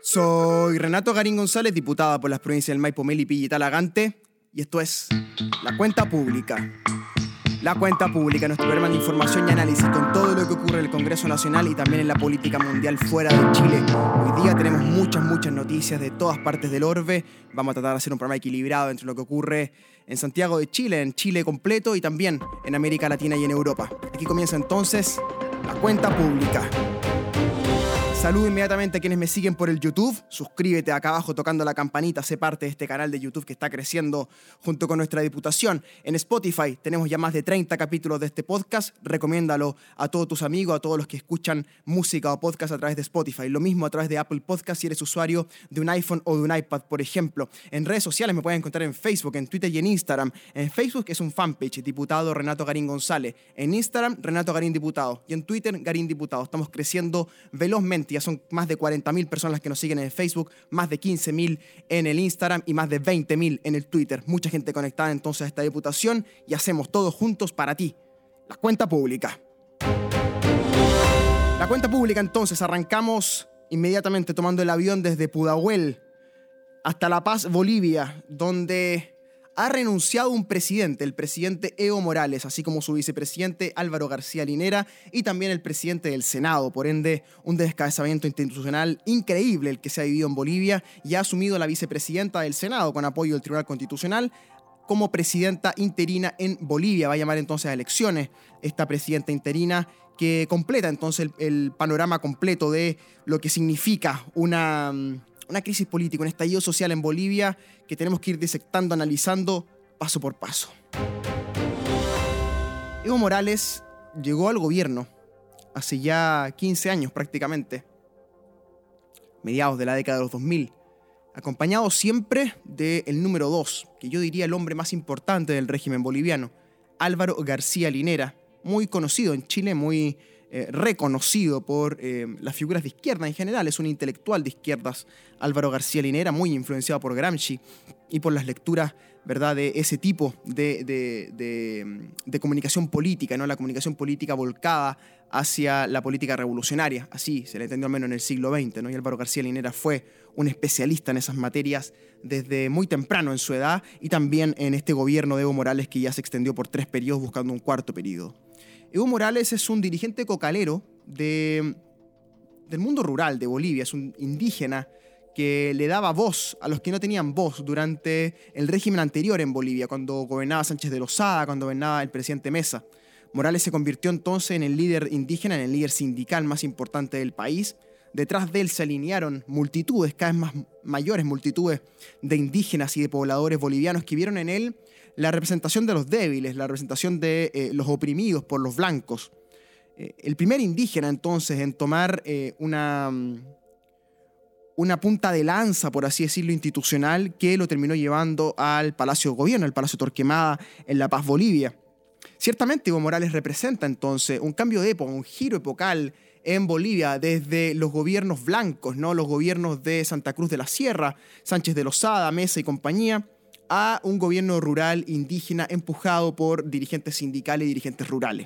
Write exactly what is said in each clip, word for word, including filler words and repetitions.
Soy Renato Garín González, diputada por las provincias del Maipo, Melipilla y Talagante, y esto es La Cuenta Pública. La Cuenta Pública, nuestro programa de información y análisis con todo lo que ocurre en el Congreso Nacional y también en la política mundial fuera de Chile. Hoy día tenemos muchas, muchas noticias de todas partes del orbe. Vamos a tratar de hacer un programa equilibrado entre lo que ocurre en Santiago de Chile, en Chile completo y también en América Latina y en Europa. Aquí comienza entonces La Cuenta Pública. Saludo inmediatamente a quienes me siguen por el YouTube. Suscríbete acá abajo tocando la campanita, sé parte de este canal de YouTube que está creciendo junto con nuestra diputación. En Spotify tenemos ya más de treinta capítulos de este podcast. Recomiéndalo a todos tus amigos, a todos los que escuchan música o podcast a través de Spotify. Lo mismo a través de Apple Podcast si eres usuario de un iPhone o de un iPad, por ejemplo. En redes sociales me pueden encontrar en Facebook, en Twitter y en Instagram. En Facebook es un fanpage, diputado Renato Garín González. En Instagram, Renato Garín Diputado. Y en Twitter, Garín Diputado. Estamos creciendo velozmente. Ya son más de cuarenta mil personas las que nos siguen en Facebook, más de quince mil en el Instagram y más de veinte mil en el Twitter. Mucha gente conectada entonces a esta diputación y hacemos todos juntos para ti. La Cuenta Pública. La Cuenta Pública entonces, arrancamos inmediatamente tomando el avión desde Pudahuel hasta La Paz, Bolivia, donde ha renunciado un presidente, el presidente Evo Morales, así como su vicepresidente Álvaro García Linera y también el presidente del Senado. Por ende, un descabezamiento institucional increíble el que se ha vivido en Bolivia y ha asumido la vicepresidenta del Senado con apoyo del Tribunal Constitucional como presidenta interina en Bolivia. Va a llamar entonces a elecciones esta presidenta interina que completa entonces el, el panorama completo de lo que significa una... una crisis política, un estallido social en Bolivia que tenemos que ir disectando, analizando paso por paso. Evo Morales llegó al gobierno hace ya quince años prácticamente, mediados de la década de los dos mil, acompañado siempre del número dos, que yo diría el hombre más importante del régimen boliviano, Álvaro García Linera, muy conocido en Chile, muy Eh, reconocido por eh, las figuras de izquierda en general. Es un intelectual de izquierdas, Álvaro García Linera, muy influenciado por Gramsci y por las lecturas, ¿verdad?, de ese tipo de, de, de, de comunicación política, ¿no? La comunicación política volcada hacia la política revolucionaria, así se le entendió al menos en el siglo veinte, ¿no? Y Álvaro García Linera fue un especialista en esas materias desde muy temprano en su edad y también en este gobierno de Evo Morales que ya se extendió por tres periodos buscando un cuarto periodo. Evo Morales es un dirigente cocalero de, del mundo rural de Bolivia, es un indígena que le daba voz a los que no tenían voz durante el régimen anterior en Bolivia, cuando gobernaba Sánchez de Lozada, cuando gobernaba el presidente Mesa. Morales se convirtió entonces en el líder indígena, en el líder sindical más importante del país. Detrás de él se alinearon multitudes, cada vez más mayores multitudes de indígenas y de pobladores bolivianos que vieron en él la representación de los débiles, la representación de eh, los oprimidos por los blancos. Eh, el primer indígena entonces en tomar eh, una, una punta de lanza, por así decirlo, institucional, que lo terminó llevando al Palacio de Gobierno, al Palacio Torquemada en La Paz, Bolivia. Ciertamente Evo Morales representa entonces un cambio de época, un giro epocal en Bolivia desde los gobiernos blancos, ¿no? Los gobiernos de Santa Cruz de la Sierra, Sánchez de Lozada, Mesa y compañía, a un gobierno rural indígena empujado por dirigentes sindicales y dirigentes rurales.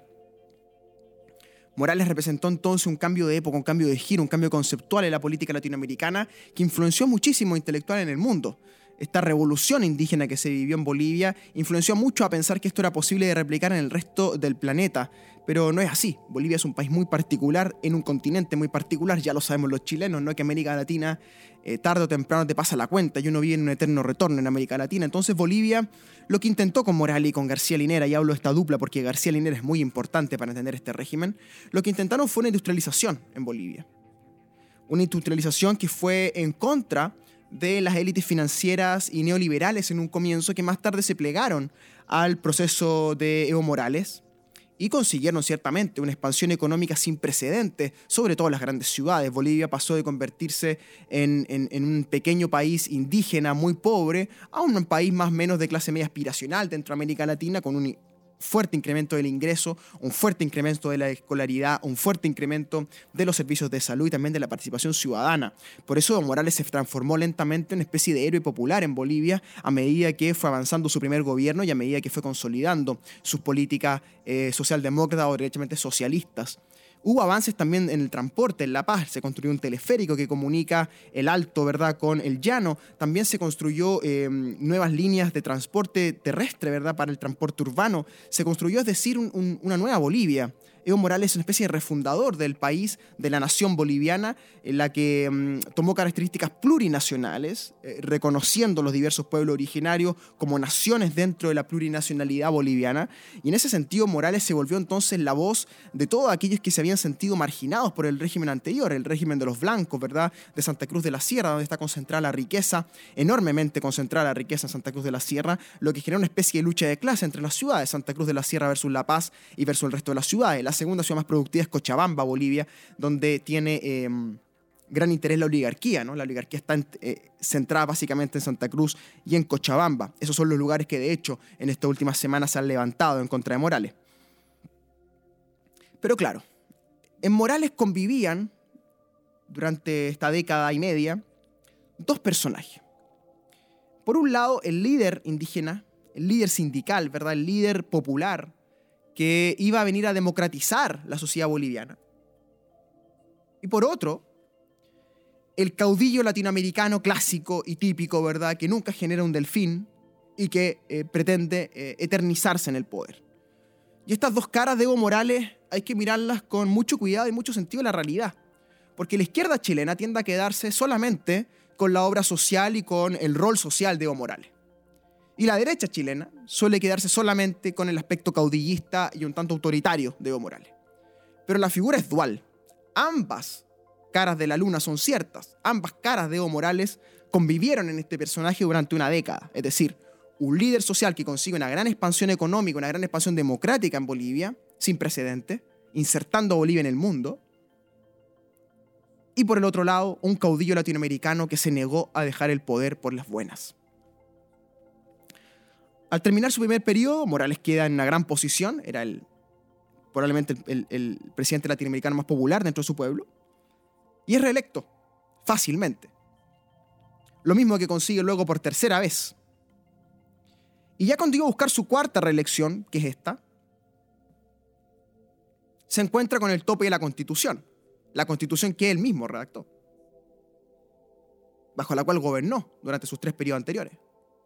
Morales representó entonces un cambio de época, un cambio de giro, un cambio conceptual en la política latinoamericana que influenció muchísimo intelectual en el mundo. Esta revolución indígena que se vivió en Bolivia influenció mucho a pensar que esto era posible de replicar en el resto del planeta, pero no es así. Bolivia es un país muy particular, en un continente muy particular, ya lo sabemos los chilenos, ¿no? Que América Latina eh, tarde o temprano te pasa la cuenta y uno vive en un eterno retorno en América Latina. Entonces Bolivia lo que intentó con Morales y con García Linera, y hablo de esta dupla porque García Linera es muy importante para entender este régimen, lo que intentaron fue una industrialización en Bolivia. Una industrialización que fue en contra de las élites financieras y neoliberales en un comienzo, que más tarde se plegaron al proceso de Evo Morales y consiguieron ciertamente una expansión económica sin precedentes, sobre todo en las grandes ciudades. Bolivia pasó de convertirse en, en, en un pequeño país indígena muy pobre a un país más o menos de clase media aspiracional dentro de América Latina, con un fuerte incremento del ingreso, un fuerte incremento de la escolaridad, un fuerte incremento de los servicios de salud y también de la participación ciudadana. Por eso Evo Morales se transformó lentamente en una especie de héroe popular en Bolivia a medida que fue avanzando su primer gobierno y a medida que fue consolidando sus políticas eh, socialdemócratas o derechamente socialistas. Hubo avances también en el transporte en La Paz. Se construyó un teleférico que comunica el Alto, ¿verdad?, con el Llano. También se construyó eh, nuevas líneas de transporte terrestre, ¿verdad?, para el transporte urbano. Se construyó, es decir, un, un, una nueva Bolivia. Evo Morales es una especie de refundador del país, de la nación boliviana, en la que um, tomó características plurinacionales, eh, reconociendo los diversos pueblos originarios como naciones dentro de la plurinacionalidad boliviana. Y en ese sentido, Morales se volvió entonces la voz de todos aquellos que se habían sentido marginados por el régimen anterior, el régimen de los blancos, ¿verdad?, de Santa Cruz de la Sierra, donde está concentrada la riqueza, enormemente concentrada la riqueza en Santa Cruz de la Sierra, lo que genera una especie de lucha de clase entre las ciudades, Santa Cruz de la Sierra versus La Paz y versus el resto de las ciudades. La segunda ciudad más productiva es Cochabamba, Bolivia, donde tiene eh, gran interés la oligarquía, ¿no? La oligarquía está eh, centrada básicamente en Santa Cruz y en Cochabamba. Esos son los lugares que de hecho en estas últimas semanas se han levantado en contra de Morales. Pero claro, en Morales convivían durante esta década y media dos personajes. Por un lado, el líder indígena, el líder sindical, ¿verdad?, el líder popular, que iba a venir a democratizar la sociedad boliviana. Y por otro, el caudillo latinoamericano clásico y típico, ¿verdad?, que nunca genera un delfín y que eh, pretende eh, eternizarse en el poder. Y estas dos caras de Evo Morales hay que mirarlas con mucho cuidado y mucho sentido de la realidad. Porque la izquierda chilena tiende a quedarse solamente con la obra social y con el rol social de Evo Morales. Y la derecha chilena suele quedarse solamente con el aspecto caudillista y un tanto autoritario de Evo Morales. Pero la figura es dual. Ambas caras de la luna son ciertas. Ambas caras de Evo Morales convivieron en este personaje durante una década. Es decir, un líder social que consigue una gran expansión económica, una gran expansión democrática en Bolivia, sin precedentes, insertando a Bolivia en el mundo. Y por el otro lado, un caudillo latinoamericano que se negó a dejar el poder por las buenas. Al terminar su primer periodo, Morales queda en una gran posición, era el, probablemente el, el, el presidente latinoamericano más popular dentro de su pueblo, y es reelecto, fácilmente. Lo mismo que consigue luego por tercera vez. Y ya cuando iba a buscar su cuarta reelección, que es esta, se encuentra con el tope de la Constitución, la Constitución que él mismo redactó, bajo la cual gobernó durante sus tres periodos anteriores.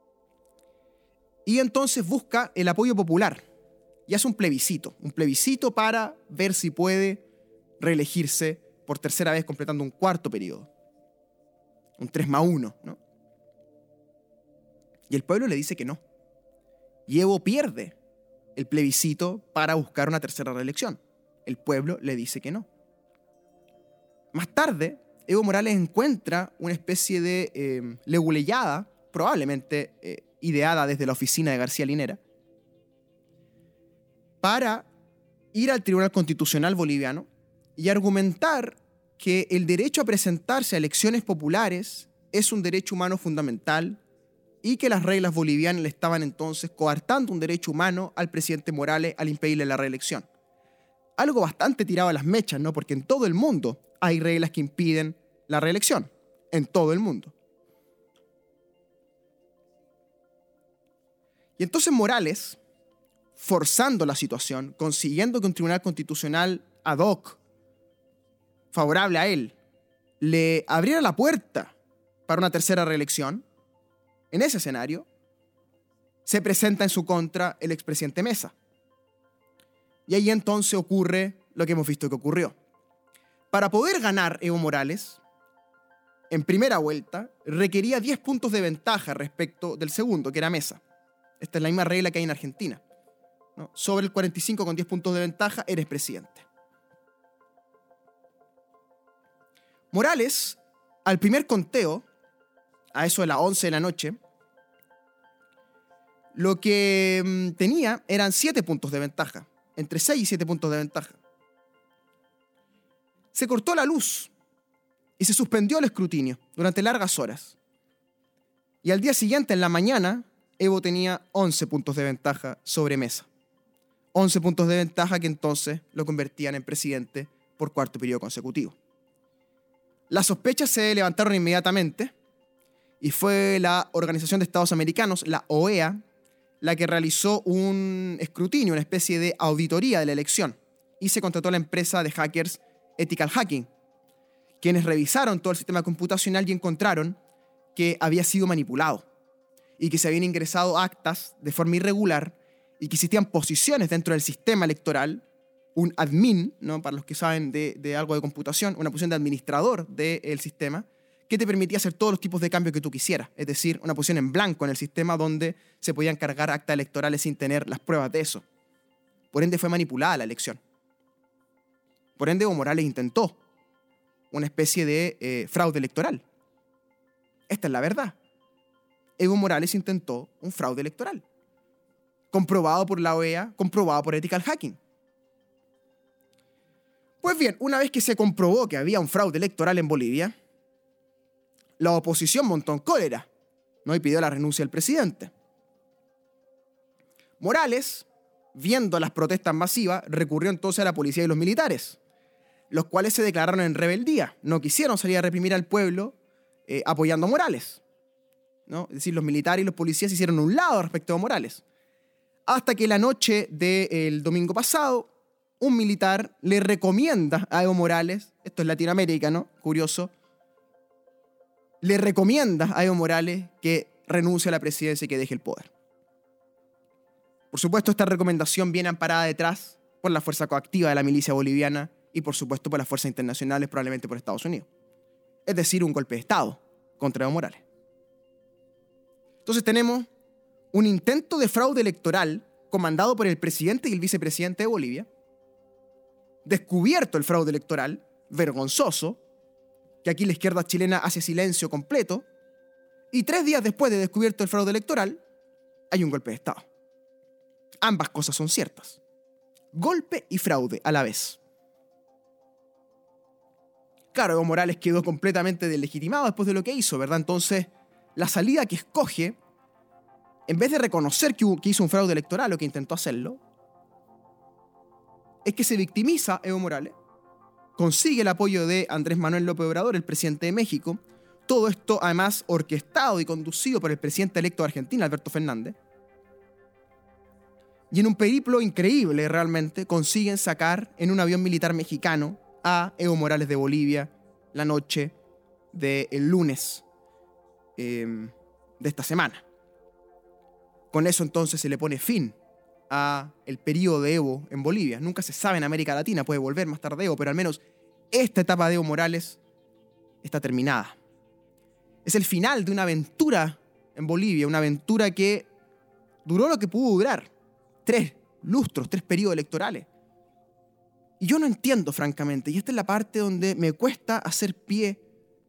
Y entonces busca el apoyo popular y hace un plebiscito, un plebiscito para ver si puede reelegirse por tercera vez completando un cuarto periodo. Un tres más uno, ¿no? Y el pueblo le dice que no. Y Evo pierde el plebiscito para buscar una tercera reelección. El pueblo le dice que no. Más tarde, Evo Morales encuentra una especie de eh, leguleyada, probablemente eh, ideada desde la oficina de García Linera, para ir al Tribunal Constitucional boliviano y argumentar que el derecho a presentarse a elecciones populares es un derecho humano fundamental y que las reglas bolivianas le estaban entonces coartando un derecho humano al presidente Morales al impedirle la reelección. Algo bastante tirado a las mechas, ¿no? Porque en todo el mundo hay reglas que impiden la reelección. En todo el mundo. Y entonces Morales, forzando la situación, consiguiendo que un tribunal constitucional ad hoc, favorable a él, le abriera la puerta para una tercera reelección, en ese escenario, se presenta en su contra el expresidente Mesa. Y ahí entonces ocurre lo que hemos visto que ocurrió. Para poder ganar Evo Morales, en primera vuelta, requería diez puntos de ventaja respecto del segundo, que era Mesa. Esta es la misma regla que hay en Argentina, ¿no? Sobre el cuarenta y cinco con diez puntos de ventaja, eres presidente. Morales, al primer conteo, a eso de las once de la noche, lo que mmm, tenía eran siete puntos de ventaja, entre seis y siete puntos de ventaja. Se cortó la luz y se suspendió el escrutinio durante largas horas. Y al día siguiente, en la mañana, Evo tenía once puntos de ventaja sobre Mesa. once puntos de ventaja que entonces lo convertían en presidente por cuarto periodo consecutivo. Las sospechas se levantaron inmediatamente y fue la Organización de Estados Americanos, la O E A, la que realizó un escrutinio, una especie de auditoría de la elección y se contrató a la empresa de hackers Ethical Hacking, quienes revisaron todo el sistema computacional y encontraron que había sido manipulado y que se habían ingresado actas de forma irregular y que existían posiciones dentro del sistema electoral, un admin, ¿no? Para los que saben de, de algo de computación, una posición de administrador del sistema, que te permitía hacer todos los tipos de cambios que tú quisieras. Es decir, una posición en blanco en el sistema donde se podían cargar actas electorales sin tener las pruebas de eso. Por ende, fue manipulada la elección. Por ende, Evo Morales intentó una especie de eh, fraude electoral. Esta es la verdad. Evo Morales intentó un fraude electoral. Comprobado por la O E A, comprobado por Ethical Hacking. Pues bien, una vez que se comprobó que había un fraude electoral en Bolivia, la oposición montó en cólera, ¿no? Y pidió la renuncia del presidente. Morales, viendo las protestas masivas, recurrió entonces a la policía y los militares, los cuales se declararon en rebeldía. No quisieron salir a reprimir al pueblo eh, apoyando a Morales, ¿no? Es decir, los militares y los policías se hicieron a un lado respecto a Morales. Hasta que la noche del domingo pasado, un militar le recomienda a Evo Morales, esto es Latinoamérica, ¿no? Curioso, le recomienda a Evo Morales que renuncie a la presidencia y que deje el poder. Por supuesto, esta recomendación viene amparada detrás por la fuerza coactiva de la milicia boliviana y, por supuesto, por las fuerzas internacionales, probablemente por Estados Unidos. Es decir, un golpe de Estado contra Evo Morales. Entonces tenemos un intento de fraude electoral comandado por el presidente y el vicepresidente de Bolivia, descubierto el fraude electoral, vergonzoso, que aquí la izquierda chilena hace silencio completo, y tres días después de descubierto el fraude electoral, hay un golpe de Estado. Ambas cosas son ciertas. Golpe y fraude a la vez. Claro, Evo Morales quedó completamente deslegitimado después de lo que hizo, ¿verdad? Entonces, la salida que escoge, en vez de reconocer que hizo un fraude electoral o que intentó hacerlo, es que se victimiza Evo Morales, consigue el apoyo de Andrés Manuel López Obrador, el presidente de México, todo esto además orquestado y conducido por el presidente electo de Argentina, Alberto Fernández, y en un periplo increíble realmente consiguen sacar en un avión militar mexicano a Evo Morales de Bolivia la noche del lunes eh, de esta semana. Con eso entonces se le pone fin a el periodo de Evo en Bolivia. Nunca se sabe en América Latina, puede volver más tarde Evo, pero al menos esta etapa de Evo Morales está terminada. Es el final de una aventura en Bolivia, una aventura que duró lo que pudo durar. Tres lustros, tres periodos electorales. Y yo no entiendo, francamente, y esta es la parte donde me cuesta hacer pie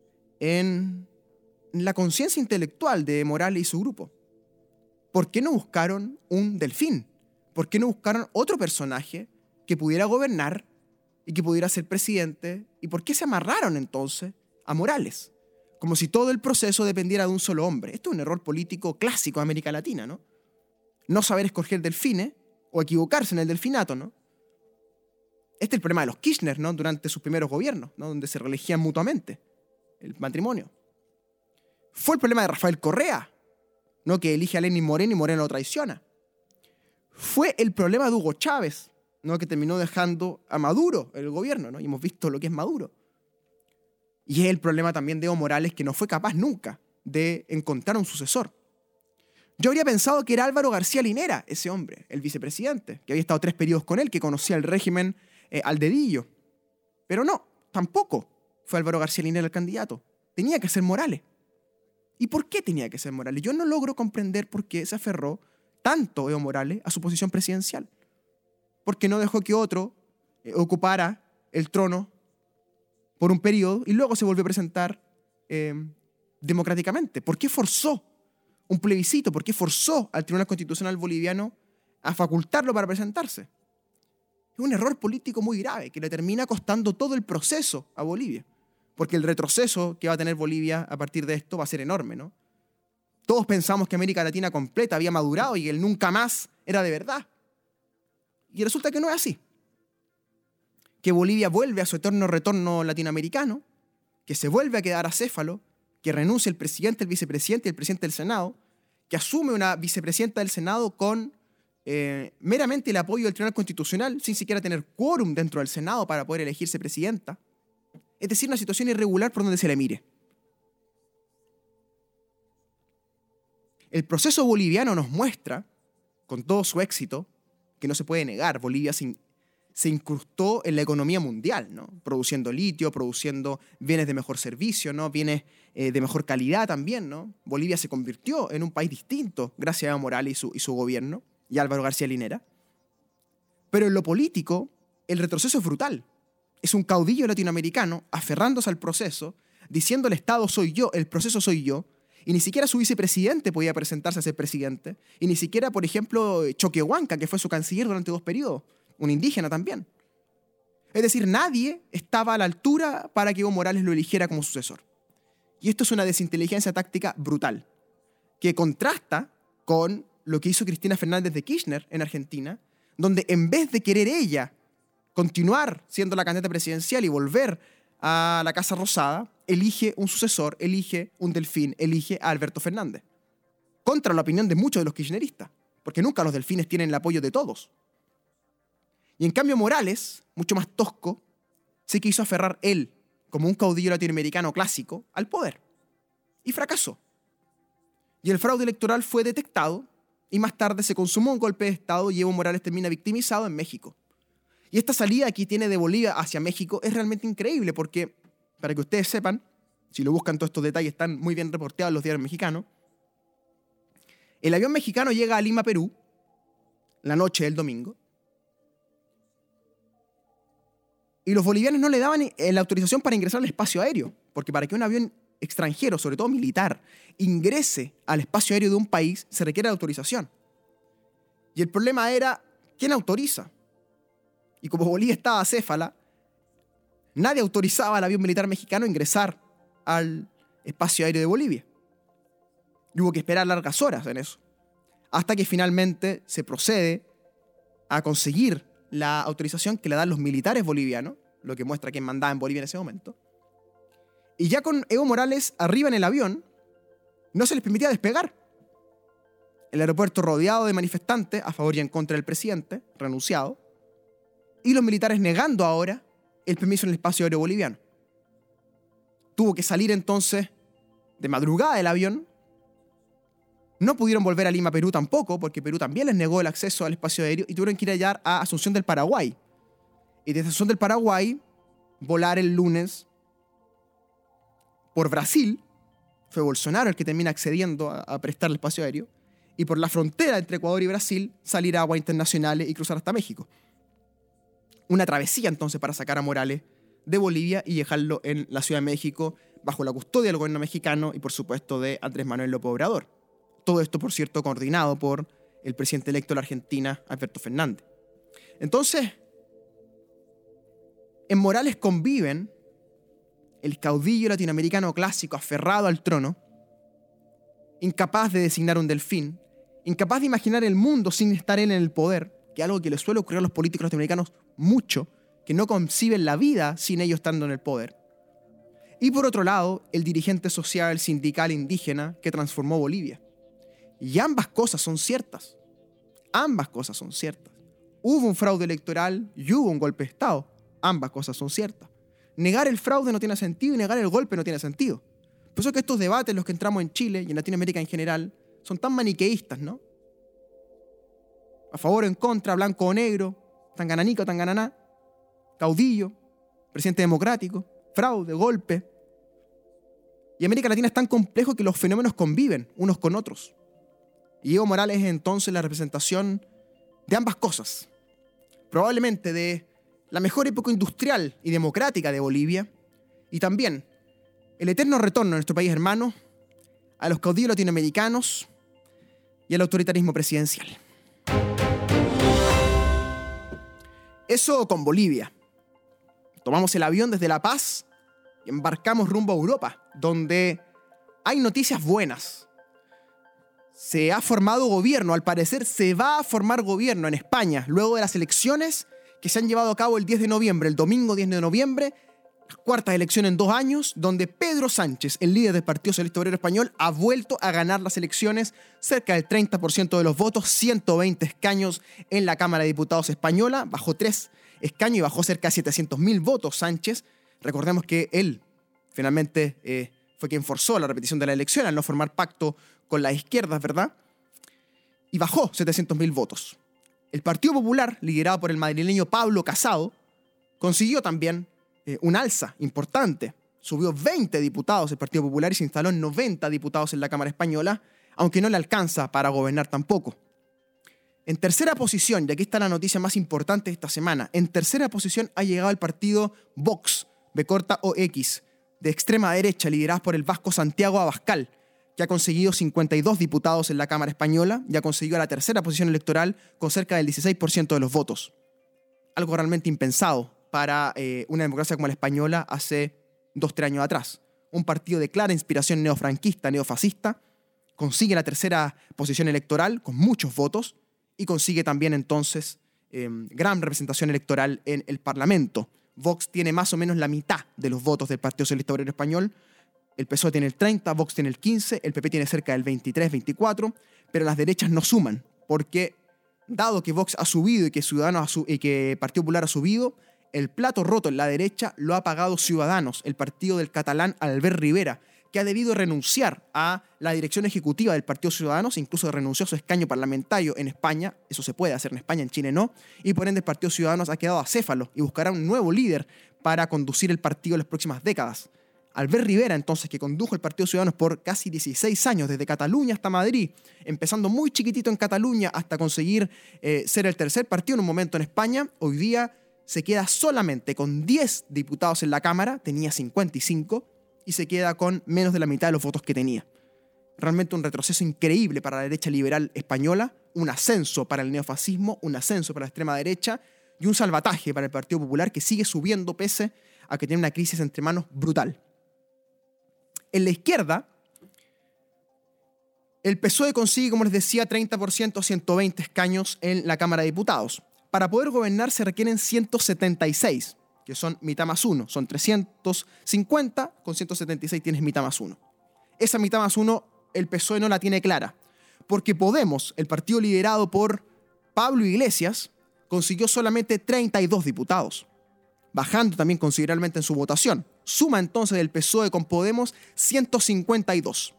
en la conciencia intelectual de Morales y su grupo. ¿Por qué no buscaron un delfín? ¿Por qué no buscaron otro personaje que pudiera gobernar y que pudiera ser presidente? ¿Y por qué se amarraron entonces a Morales? Como si todo el proceso dependiera de un solo hombre. Esto es un error político clásico de América Latina, ¿no? No saber escoger delfines o equivocarse en el delfinato, ¿no? Este es el problema de los Kirchner, ¿no? Durante sus primeros gobiernos, ¿no? Donde se reelegían mutuamente el matrimonio. Fue el problema de Rafael Correa, ¿no? Que elige a Lenín Moreno y Moreno lo traiciona. Fue el problema de Hugo Chávez, ¿no? Que terminó dejando a Maduro el gobierno, ¿no? Y hemos visto lo que es Maduro. Y es el problema también de Evo Morales, que no fue capaz nunca de encontrar un sucesor. Yo habría pensado que era Álvaro García Linera, ese hombre, el vicepresidente, que había estado tres periodos con él, que conocía el régimen eh, al dedillo. Pero no, tampoco fue Álvaro García Linera el candidato. Tenía que ser Morales. ¿Y por qué tenía que ser Morales? Yo no logro comprender por qué se aferró tanto Evo Morales a su posición presidencial. ¿Por qué no dejó que otro eh, ocupara el trono por un periodo y luego se volvió a presentar eh, democráticamente? ¿Por qué forzó un plebiscito? ¿Por qué forzó al Tribunal Constitucional boliviano a facultarlo para presentarse? Es un error político muy grave que le termina costando todo el proceso a Bolivia. Porque el retroceso que va a tener Bolivia a partir de esto va a ser enorme, ¿no? Todos pensamos que América Latina completa había madurado y el nunca más era de verdad. Y resulta que no es así. Que Bolivia vuelve a su eterno retorno latinoamericano, que se vuelve a quedar acéfalo, que renuncia el presidente, el vicepresidente y el presidente del Senado, que asume una vicepresidenta del Senado con eh, meramente el apoyo del Tribunal Constitucional sin siquiera tener quórum dentro del Senado para poder elegirse presidenta. Es decir, una situación irregular por donde se le mire. El proceso boliviano nos muestra, con todo su éxito, que no se puede negar, Bolivia se, in- se incrustó en la economía mundial, ¿no? Produciendo litio, produciendo bienes de mejor servicio, ¿no? Bienes eh, de mejor calidad también, ¿no? Bolivia se convirtió en un país distinto gracias a Evo Morales y su, y su gobierno, y a Álvaro García Linera. Pero en lo político, el retroceso es brutal. Es un caudillo latinoamericano aferrándose al proceso, diciendo el Estado soy yo, el proceso soy yo, y ni siquiera su vicepresidente podía presentarse a ser presidente, y ni siquiera, por ejemplo, Choquehuanca, que fue su canciller durante dos periodos, un indígena también. Es decir, nadie estaba a la altura para que Evo Morales lo eligiera como sucesor. Y esto es una desinteligencia táctica brutal, que contrasta con lo que hizo Cristina Fernández de Kirchner en Argentina, donde en vez de querer ella continuar siendo la candidata presidencial y volver a la Casa Rosada, elige un sucesor, elige un delfín, elige a Alberto Fernández. Contra la opinión de muchos de los kirchneristas, porque nunca los delfines tienen el apoyo de todos. Y en cambio Morales, mucho más tosco, se quiso aferrar él, como un caudillo latinoamericano clásico, al poder. Y fracasó. Y el fraude electoral fue detectado, y más tarde se consumó un golpe de Estado y Evo Morales termina victimizado en México. Y esta salida que tiene de Bolivia hacia México es realmente increíble porque, para que ustedes sepan, si lo buscan todos estos detalles están muy bien reporteados en los diarios mexicanos, el avión mexicano llega a Lima, Perú, la noche del domingo, y los bolivianos no le daban la autorización para ingresar al espacio aéreo, porque para que un avión extranjero, sobre todo militar, ingrese al espacio aéreo de un país, se requiere autorización. Y el problema era, ¿quién autoriza? Y como Bolivia estaba acéfala, nadie autorizaba al avión militar mexicano a ingresar al espacio aéreo de Bolivia. Y hubo que esperar largas horas en eso, hasta que finalmente se procede a conseguir la autorización que le dan los militares bolivianos, lo que muestra quién mandaba en Bolivia en ese momento. Y ya con Evo Morales arriba en el avión, no se les permitía despegar. El aeropuerto rodeado de manifestantes a favor y en contra del presidente, renunciado, y los militares negando ahora el permiso en el espacio aéreo boliviano. Tuvo que salir entonces de madrugada del avión. No pudieron volver a Lima, Perú tampoco, porque Perú también les negó el acceso al espacio aéreo y tuvieron que ir allá a Asunción del Paraguay. Y desde Asunción del Paraguay, volar el lunes por Brasil, fue Bolsonaro el que termina accediendo a, a prestar el espacio aéreo, y por la frontera entre Ecuador y Brasil salir a aguas internacionales y cruzar hasta México. Una travesía entonces para sacar a Morales de Bolivia y dejarlo en la Ciudad de México bajo la custodia del gobierno mexicano y por supuesto de Andrés Manuel López Obrador. Todo esto, por cierto, coordinado por el presidente electo de la Argentina, Alberto Fernández. Entonces, en Morales conviven el caudillo latinoamericano clásico aferrado al trono, incapaz de designar un delfín, incapaz de imaginar el mundo sin estar él en el poder, que es algo que le suele ocurrir a los políticos latinoamericanos mucho, que no conciben la vida sin ellos estando en el poder. Y por otro lado, el dirigente social, sindical, indígena que transformó Bolivia. Y ambas cosas son ciertas. Ambas cosas son ciertas. Hubo un fraude electoral y hubo un golpe de Estado. Ambas cosas son ciertas. Negar el fraude no tiene sentido y negar el golpe no tiene sentido. Por eso que estos debates, los que entramos en Chile y en Latinoamérica en general, son tan maniqueístas, ¿no? A favor o en contra, blanco o negro, tan gananico, tan gananá, caudillo, presidente democrático, fraude, golpe. Y América Latina es tan complejo que los fenómenos conviven unos con otros. Y Evo Morales es entonces la representación de ambas cosas. Probablemente de la mejor época industrial y democrática de Bolivia, y también el eterno retorno a nuestro país hermano, a los caudillos latinoamericanos y al autoritarismo presidencial. Eso con Bolivia. Tomamos el avión desde La Paz y embarcamos rumbo a Europa, donde hay noticias buenas. Se ha formado gobierno, al parecer se va a formar gobierno en España, luego de las elecciones que se han llevado a cabo el diez de noviembre, el domingo diez de noviembre, Cuarta elección en dos años, donde Pedro Sánchez, el líder del Partido Socialista Obrero Español, ha vuelto a ganar las elecciones, cerca del treinta por ciento de los votos, ciento veinte escaños en la Cámara de Diputados española, bajó tres escaños y bajó cerca de setecientos mil votos Sánchez. Recordemos que él finalmente eh, fue quien forzó la repetición de la elección al no formar pacto con las izquierdas, ¿verdad? Y bajó setecientos mil votos. El Partido Popular, liderado por el madrileño Pablo Casado, consiguió también eh, un alza importante. Subió veinte diputados el Partido Popular y se instaló en noventa diputados en la Cámara Española, aunque no le alcanza para gobernar tampoco. En tercera posición, y aquí está la noticia más importante de esta semana, en tercera posición ha llegado el partido Vox, B corta O X, de extrema derecha, liderado por el vasco Santiago Abascal, que ha conseguido cincuenta y dos diputados en la Cámara Española y ha conseguido la tercera posición electoral con cerca del dieciséis por ciento de los votos. Algo realmente impensado para eh, una democracia como la española hace dos, tres años atrás. Un partido de clara inspiración neofranquista, neofascista, consigue la tercera posición electoral con muchos votos y consigue también entonces eh, gran representación electoral en el Parlamento. Vox tiene más o menos la mitad de los votos del Partido Socialista Obrero Español. El P S O E tiene el treinta, Vox tiene el quince, el P P tiene cerca del veintitrés, veinticuatro, pero las derechas no suman, porque dado que Vox ha subido y que Ciudadanos ha su- y que Partido Popular ha subido, el plato roto en la derecha lo ha pagado Ciudadanos, el partido del catalán Albert Rivera, que ha debido renunciar a la dirección ejecutiva del Partido Ciudadanos, incluso renunció a su escaño parlamentario en España, eso se puede hacer en España, en Chile no, y por ende el Partido Ciudadanos ha quedado acéfalo y buscará un nuevo líder para conducir el partido en las próximas décadas. Albert Rivera, entonces, que condujo el Partido Ciudadanos por casi dieciséis años, desde Cataluña hasta Madrid, empezando muy chiquitito en Cataluña hasta conseguir eh, ser el tercer partido en un momento en España, hoy día se queda solamente con diez diputados en la Cámara, tenía cincuenta y cinco, y se queda con menos de la mitad de los votos que tenía. Realmente un retroceso increíble para la derecha liberal española, un ascenso para el neofascismo, un ascenso para la extrema derecha y un salvataje para el Partido Popular que sigue subiendo pese a que tiene una crisis entre manos brutal. En la izquierda, el P S O E consigue, como les decía, treinta por ciento, ciento veinte escaños en la Cámara de Diputados. Para poder gobernar se requieren ciento setenta y seis, que son mitad más uno. Son trescientos cincuenta, con ciento setenta y seis tienes mitad más uno. Esa mitad más uno, el P S O E no la tiene clara, porque Podemos, el partido liderado por Pablo Iglesias, consiguió solamente treinta y dos diputados, bajando también considerablemente en su votación. Suma entonces el P S O E con Podemos ciento cincuenta y dos.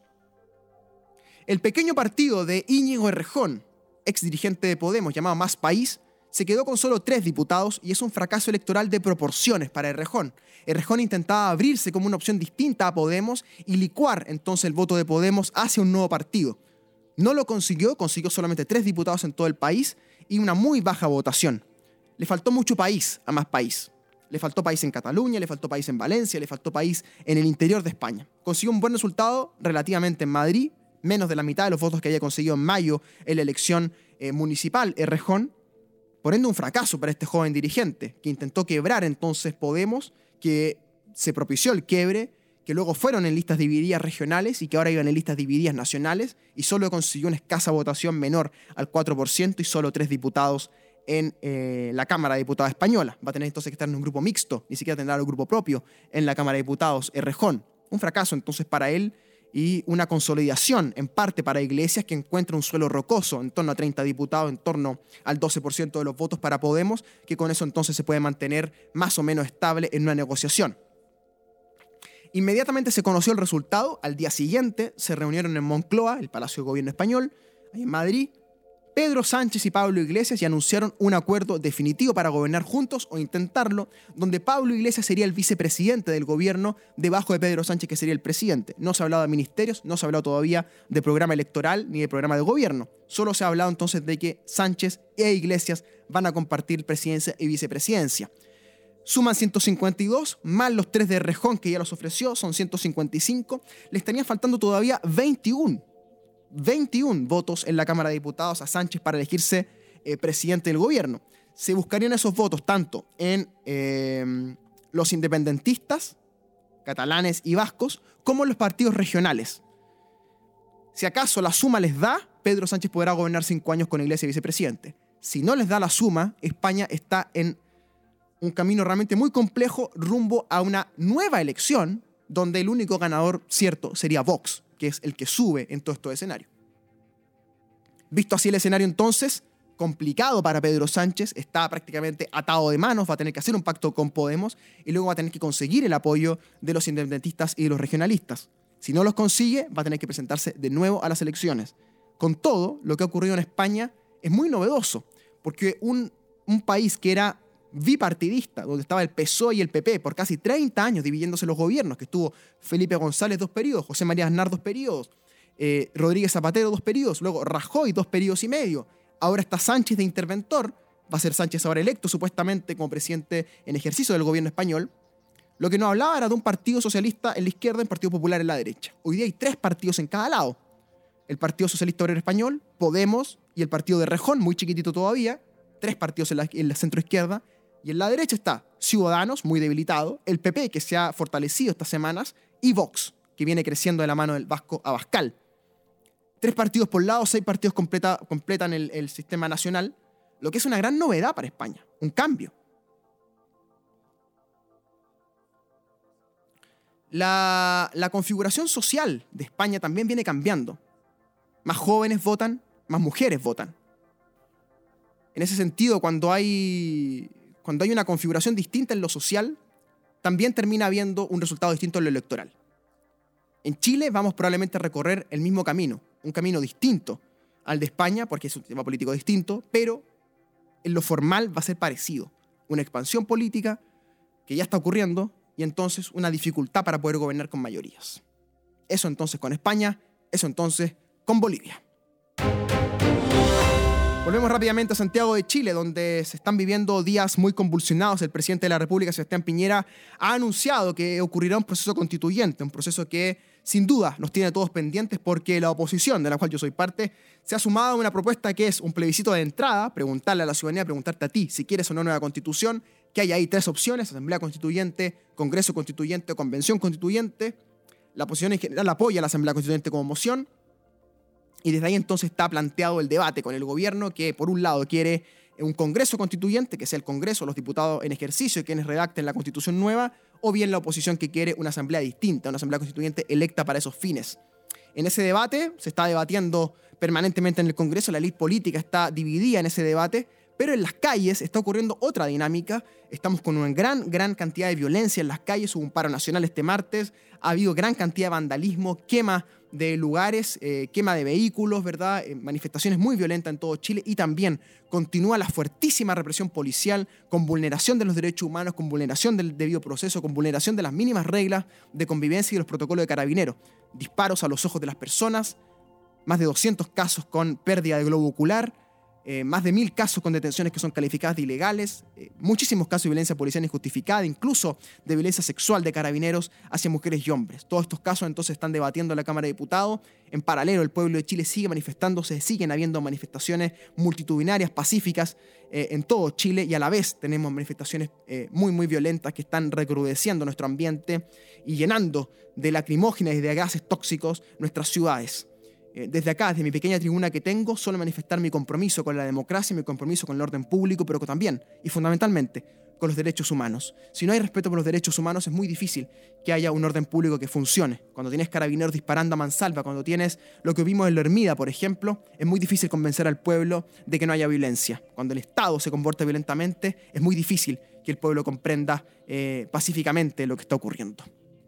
El pequeño partido de Íñigo Errejón, ex dirigente de Podemos, llamado Más País, se quedó con solo tres diputados y es un fracaso electoral de proporciones para Errejón. Errejón intentaba abrirse como una opción distinta a Podemos y licuar entonces el voto de Podemos hacia un nuevo partido. No lo consiguió, consiguió solamente tres diputados en todo el país y una muy baja votación. Le faltó mucho país a Más País. Le faltó país en Cataluña, le faltó país en Valencia, le faltó país en el interior de España. Consiguió un buen resultado relativamente en Madrid, menos de la mitad de los votos que había conseguido en mayo en la elección eh, municipal Errejón. Por ende, un fracaso para este joven dirigente, que intentó quebrar entonces Podemos, que se propició el quiebre, que luego fueron en listas divididas regionales y que ahora iban en listas divididas nacionales, y solo consiguió una escasa votación menor al cuatro por ciento y solo tres diputados en eh, la Cámara de Diputados española. Va a tener entonces que estar en un grupo mixto, ni siquiera tendrá un grupo propio en la Cámara de Diputados Errejón. Un fracaso entonces para él y una consolidación en parte para Iglesias, que encuentra un suelo rocoso en torno a treinta diputados, en torno al doce por ciento de los votos para Podemos, que con eso entonces se puede mantener más o menos estable en una negociación. Inmediatamente se conoció el resultado, al día siguiente se reunieron en Moncloa, el Palacio de Gobierno español, ahí en Madrid, Pedro Sánchez y Pablo Iglesias, y anunciaron un acuerdo definitivo para gobernar juntos o intentarlo, donde Pablo Iglesias sería el vicepresidente del gobierno debajo de Pedro Sánchez, que sería el presidente. No se ha hablado de ministerios, no se ha hablado todavía de programa electoral ni de programa de gobierno. Solo se ha hablado entonces de que Sánchez e Iglesias van a compartir presidencia y vicepresidencia. Suman ciento cincuenta y dos, más los tres de Errejón que ya los ofreció, son ciento cincuenta y cinco. Le estarían faltando todavía veintiuno. veintiuno votos en la Cámara de Diputados a Sánchez para elegirse eh, presidente del gobierno. Se buscarían esos votos tanto en eh, los independentistas, catalanes y vascos, como en los partidos regionales. Si acaso la suma les da, Pedro Sánchez podrá gobernar cinco años con Iglesias vicepresidente. Si no les da la suma, España está en un camino realmente muy complejo rumbo a una nueva elección donde el único ganador cierto sería Vox, que es el que sube en todo estos escenarios. Visto así el escenario entonces, complicado para Pedro Sánchez, está prácticamente atado de manos, va a tener que hacer un pacto con Podemos y luego va a tener que conseguir el apoyo de los independentistas y de los regionalistas. Si no los consigue, va a tener que presentarse de nuevo a las elecciones. Con todo, lo que ha ocurrido en España es muy novedoso, porque un, un país que era bipartidista, donde estaba el P S O E y el P P por casi treinta años dividiéndose los gobiernos, que estuvo Felipe González dos periodos, José María Aznar dos periodos, eh, Rodríguez Zapatero dos periodos, luego Rajoy dos periodos y medio, ahora está Sánchez de interventor, va a ser Sánchez ahora electo supuestamente como presidente en ejercicio del gobierno español. Lo que nos hablaba era de un partido socialista en la izquierda y un partido popular en la derecha. Hoy día hay tres partidos en cada lado. El Partido Socialista Obrero Español, Podemos y el Partido de Rejón, muy chiquitito todavía, tres partidos en la, en la centroizquierda. Y en la derecha está Ciudadanos, muy debilitado, el P P, que se ha fortalecido estas semanas, y Vox, que viene creciendo de la mano del Vasco Abascal. Tres partidos por lado, seis partidos completa, completan el, el sistema nacional, lo que es una gran novedad para España, un cambio. La, la configuración social de España también viene cambiando. Más jóvenes votan, más mujeres votan. En ese sentido, cuando hay, cuando hay una configuración distinta en lo social, también termina habiendo un resultado distinto en lo electoral. En Chile vamos probablemente a recorrer el mismo camino, un camino distinto al de España, porque es un sistema político distinto, pero en lo formal va a ser parecido. Una expansión política que ya está ocurriendo y entonces una dificultad para poder gobernar con mayorías. Eso entonces con España, eso entonces con Bolivia. Volvemos rápidamente a Santiago de Chile, donde se están viviendo días muy convulsionados. El presidente de la República, Sebastián Piñera, ha anunciado que ocurrirá un proceso constituyente, un proceso que sin duda nos tiene a todos pendientes porque la oposición, de la cual yo soy parte, se ha sumado a una propuesta que es un plebiscito de entrada, preguntarle a la ciudadanía, preguntarte a ti si quieres o no nueva constitución, que hay ahí tres opciones: Asamblea Constituyente, Congreso Constituyente o Convención Constituyente. La oposición en general apoya a la Asamblea Constituyente como moción. Y desde ahí entonces está planteado el debate con el gobierno, que por un lado quiere un Congreso Constituyente, que sea el Congreso, los diputados en ejercicio y quienes redacten la Constitución nueva, o bien la oposición que quiere una asamblea distinta, una asamblea constituyente electa para esos fines. En ese debate se está debatiendo permanentemente en el Congreso, la élite política está dividida en ese debate, pero en las calles está ocurriendo otra dinámica. Estamos con una gran, gran cantidad de violencia en las calles. Hubo un paro nacional este martes, ha habido gran cantidad de vandalismo, quema de lugares, eh, quema de vehículos, ¿verdad? Eh, manifestaciones muy violentas en todo Chile, y también continúa la fuertísima represión policial con vulneración de los derechos humanos, con vulneración del debido proceso, con vulneración de las mínimas reglas de convivencia y de los protocolos de carabineros. Disparos a los ojos de las personas, más de doscientos casos con pérdida de globo ocular, Eh, más de mil casos con detenciones que son calificadas de ilegales, eh, muchísimos casos de violencia policial injustificada, incluso de violencia sexual de carabineros hacia mujeres y hombres. Todos estos casos entonces están debatiendo en la Cámara de Diputados. En paralelo, el pueblo de Chile sigue manifestándose, siguen habiendo manifestaciones multitudinarias, pacíficas eh, en todo Chile, y a la vez tenemos manifestaciones eh, muy, muy violentas que están recrudeciendo nuestro ambiente y llenando de lacrimógenas y de gases tóxicos nuestras ciudades. Desde acá, desde mi pequeña tribuna que tengo, solo manifestar mi compromiso con la democracia, mi compromiso con el orden público, pero también, y fundamentalmente, con los derechos humanos. Si no hay respeto por los derechos humanos, es muy difícil que haya un orden público que funcione. Cuando tienes carabineros disparando a mansalva, cuando tienes lo que vimos en La Hermida, por ejemplo, es muy difícil convencer al pueblo de que no haya violencia. Cuando el Estado se comporta violentamente, es muy difícil que el pueblo comprenda eh, pacíficamente lo que está ocurriendo.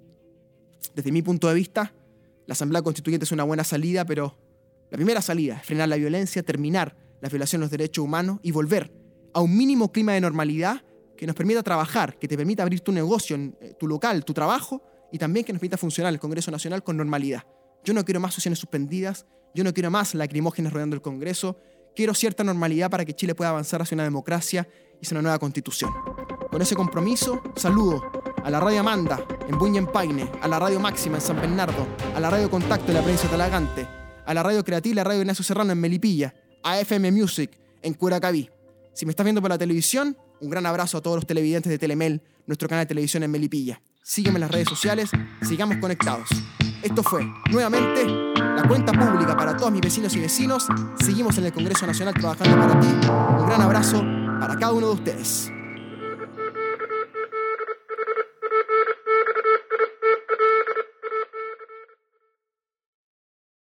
Desde mi punto de vista, la Asamblea Constituyente es una buena salida, pero la primera salida es frenar la violencia, terminar la violación de los derechos humanos y volver a un mínimo clima de normalidad que nos permita trabajar, que te permita abrir tu negocio, tu local, tu trabajo, y también que nos permita funcionar el Congreso Nacional con normalidad. Yo no quiero más sesiones suspendidas, yo no quiero más lacrimógenas rodeando el Congreso, quiero cierta normalidad para que Chile pueda avanzar hacia una democracia y hacia una nueva Constitución. Con ese compromiso, saludo a la Radio Amanda en Buña-Paine, a la Radio Máxima en San Bernardo, a la Radio Contacto en la provincia de Talagante, a la Radio Creativa y la Radio Ignacio Serrano en Melipilla, a F M Music en Curacaví. Si me estás viendo por la televisión, un gran abrazo a todos los televidentes de Telemel, nuestro canal de televisión en Melipilla. Sígueme en las redes sociales, sigamos conectados. Esto fue, nuevamente, la cuenta pública para todos mis vecinos y vecinos. Seguimos en el Congreso Nacional trabajando para ti. Un gran abrazo para cada uno de ustedes.